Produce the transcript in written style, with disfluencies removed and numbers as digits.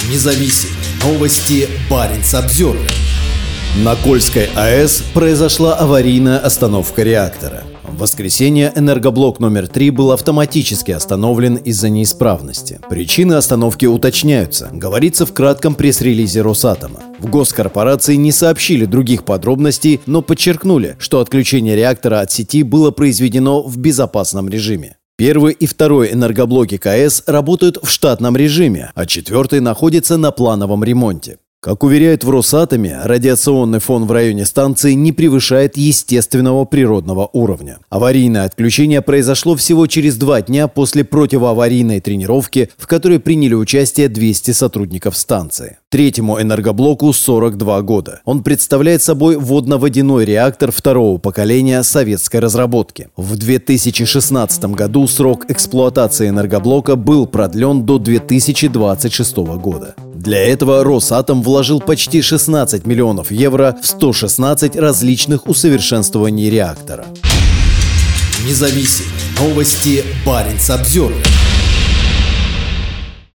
Независимые новости. Баренц-Обзервер. На Кольской АЭС произошла аварийная остановка реактора. В воскресенье энергоблок номер 3 был автоматически остановлен из-за неисправности. Причины остановки уточняются, говорится в кратком пресс-релизе Росатома. В госкорпорации не сообщили других подробностей, но подчеркнули, что отключение реактора от сети было произведено в безопасном режиме. Первый и второй энергоблоки КАЭС работают в штатном режиме, а четвертый находится на плановом ремонте. Как уверяют в Росатоме, радиационный фон в районе станции не превышает естественного природного уровня. Аварийное отключение произошло всего через 2 дня после противоаварийной тренировки, в которой приняли участие 200 сотрудников станции. Третьему энергоблоку 42 года. Он представляет собой водно-водяной реактор второго поколения советской разработки. В 2016 году срок эксплуатации энергоблока был продлен до 2026 года. Для этого Росатом вложил почти 16 миллионов евро в 116 различных усовершенствований реактора. Независимые новости. Баренц-Обзервер.